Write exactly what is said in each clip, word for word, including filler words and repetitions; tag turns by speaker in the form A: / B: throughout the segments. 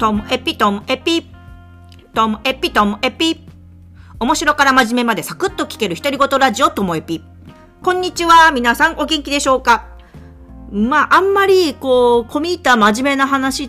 A: ともエピともエピ。ともエピともエピ。面白から真面目までサクッと聞ける独り言ラジオともエピ。こんにちは。皆さんお元気でしょうか？まあ、あんまり、こう、込み入った真面目な話って、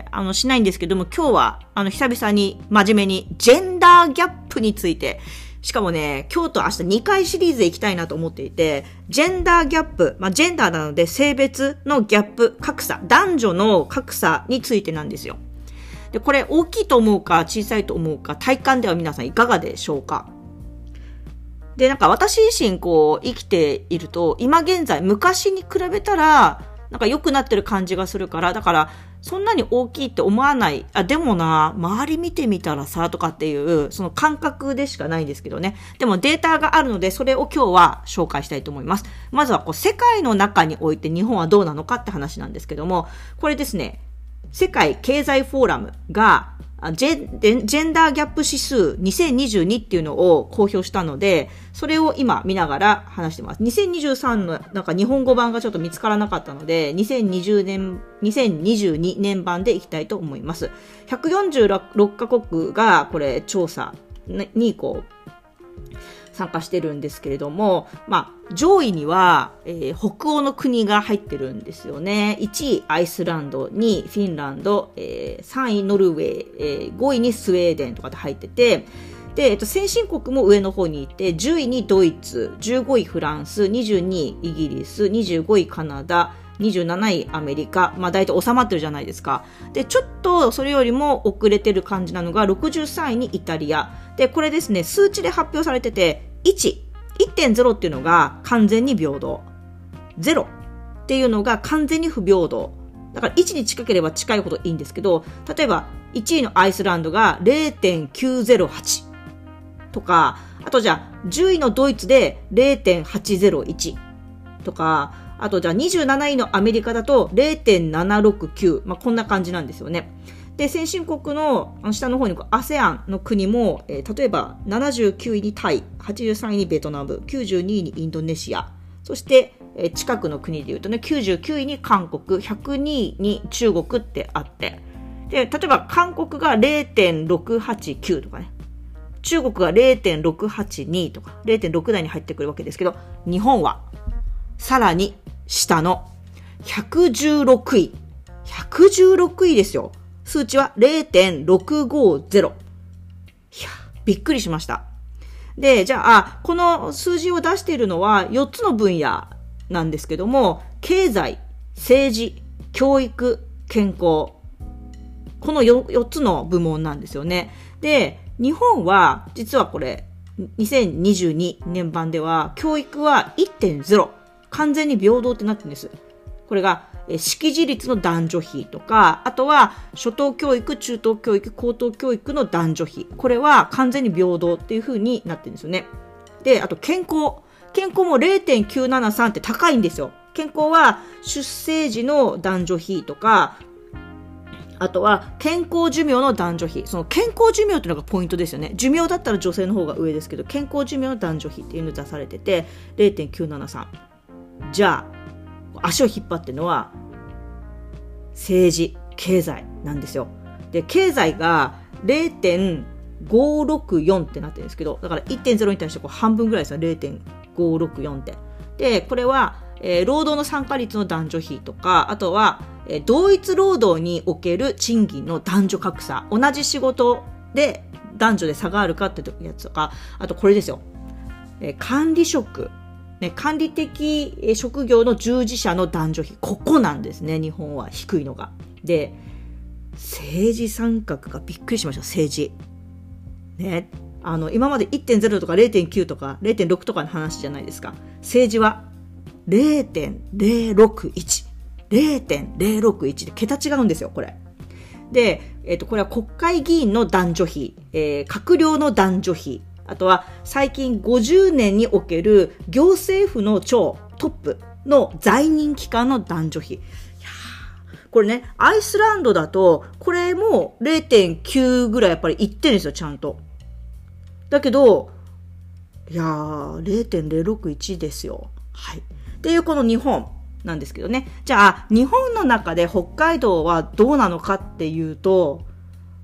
A: あの、しないんですけども、今日は、あの、久々に真面目に、ジェンダーギャップについて、しかもね、今日と明日にかいシリーズで行きたいなと思っていて、ジェンダーギャップ、まあ、ジェンダーなので性別のギャップ、格差、男女の格差についてなんですよ。で、これ大きいと思うか小さいと思うか、体感では皆さんいかがでしょうか？で、なんか私自身こう生きていると、今現在昔に比べたら、なんか良くなってる感じがするから、だからそんなに大きいって思わない。あ、でもな、周り見てみたらさ、とかっていう、その感覚でしかないんですけどね。でもデータがあるので、それを今日は紹介したいと思います。まずはこう世界の中において日本はどうなのかって話なんですけども、これですね、世界経済フォーラムがジェ、ジェンダーギャップ指数にせんにじゅうにっていうのを公表したので、それを今見ながら話してます。にせんにじゅうさんのなんか日本語版がちょっと見つからなかったので、にせんにじゅうねん、にせんにじゅうにねん版でいきたいと思います。ひゃくよんじゅうろっカ国がこれ調査にこう参加してるんですけれども、まあ、上位には、えー、北欧の国が入ってるんですよね。いちいアイスランド、にいフィンランド、えー、さんいノルウェー、えー、ごいにスウェーデンとかで入ってて、で、えっと、先進国も上の方にいて、じゅういにドイツ、じゅうごいフランス、にじゅうにいイギリス、にじゅうごいカナダ、にじゅうなないアメリカ、まあ大体収まってるじゃないですか。で、ちょっとそれよりも遅れてる感じなのがろくじゅうさんいにイタリア。で、これですね、数値で発表されてて、いち、いってんゼロ っていうのが完全に平等。ゼロっていうのが完全に不平等。だからいちに近ければ近いほどいいんですけど、例えばいちいのアイスランドが れいてんきゅうゼロはち とか、あとじゃあじゅういのドイツで れいてんはちゼロいち とか、あとじゃあにじゅうなないのアメリカだと れいてんななろくきゅう、まあこんな感じなんですよね。で、先進国の下の方に アセアン の国も、えー、例えばななじゅうきゅういにタイ、はちじゅうさんいにベトナム、きゅうじゅうにいにインドネシア、そして、えー、近くの国でいうとね、きゅうじゅうきゅういに韓国、ひゃくにいに中国ってあって、で、例えば韓国が れいてんろくはちきゅう とかね、中国が れいてんろくはちに とか、れいてんろく 台に入ってくるわけですけど、日本はさらに下のひゃくじゅうろくい。ひゃくじゅうろくいですよ。数値は れいてんろくごゼロ。いや、びっくりしました。で、じゃあ、この数字を出しているのはよっつの分野なんですけども、経済、政治、教育、健康。この 4, よっつの部門なんですよね。で、日本は、実はこれ、にせんにじゅうにねん版では、教育は いってんゼロ。完全に平等ってなってるんです。これが、識字率の男女比とか、あとは初等教育、中等教育、高等教育の男女比。これは完全に平等っていう風になってるんですよね。で、あと健康。健康も れいてんきゅうななさん って高いんですよ。健康は出生時の男女比とか、あとは健康寿命の男女比。その健康寿命っていうのがポイントですよね。寿命だったら女性の方が上ですけど、健康寿命の男女比っていうのが出されてて、れいてんきゅうななさん。じゃあ、足を引っ張ってるのは政治、経済なんですよ。で、経済が れいてんごろくよん ってなってるんですけど、だから いってんゼロ に対してこう半分ぐらいですよ。れいてんごろくよん って。で、これは、えー、労働の参加率の男女比とか、あとは、えー、同一労働における賃金の男女格差。同じ仕事で男女で差があるかってやつとか、あとこれですよ。えー、管理職。ね、管理的職業の従事者の男女比。ここなんですね、日本は低いのが。で、政治参画がびっくりしました、政治。ね、あの、今まで いってんゼロ とか れいてんきゅう とか れいてんろく とかの話じゃないですか。政治は れいてんゼロろくいち。れいてんゼロろくいち で桁違うんですよ、これ。で、えっと、これは国会議員の男女比、えー、閣僚の男女比、あとは最近ごじゅうねんにおける行政府の長トップの在任期間の男女比。いやこれね、アイスランドだとこれも れいてんきゅう ぐらいやっぱりいってるんですよ、ちゃんと。だけど、いやー れいてんゼロろくいち ですよ。はい。っていうこの日本なんですけどね。じゃあ日本の中で北海道はどうなのかっていうと、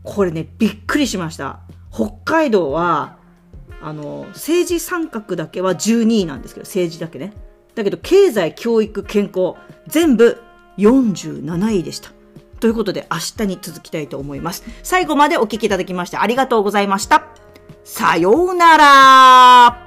A: これね、びっくりしました。北海道は、あの、政治参画だけはじゅうにいなんですけど、政治だけね。だけど、経済、教育、健康、全部よんじゅうなないでした。ということで、明日に続きたいと思います。最後までお聞きいただきましてありがとうございました。さようなら。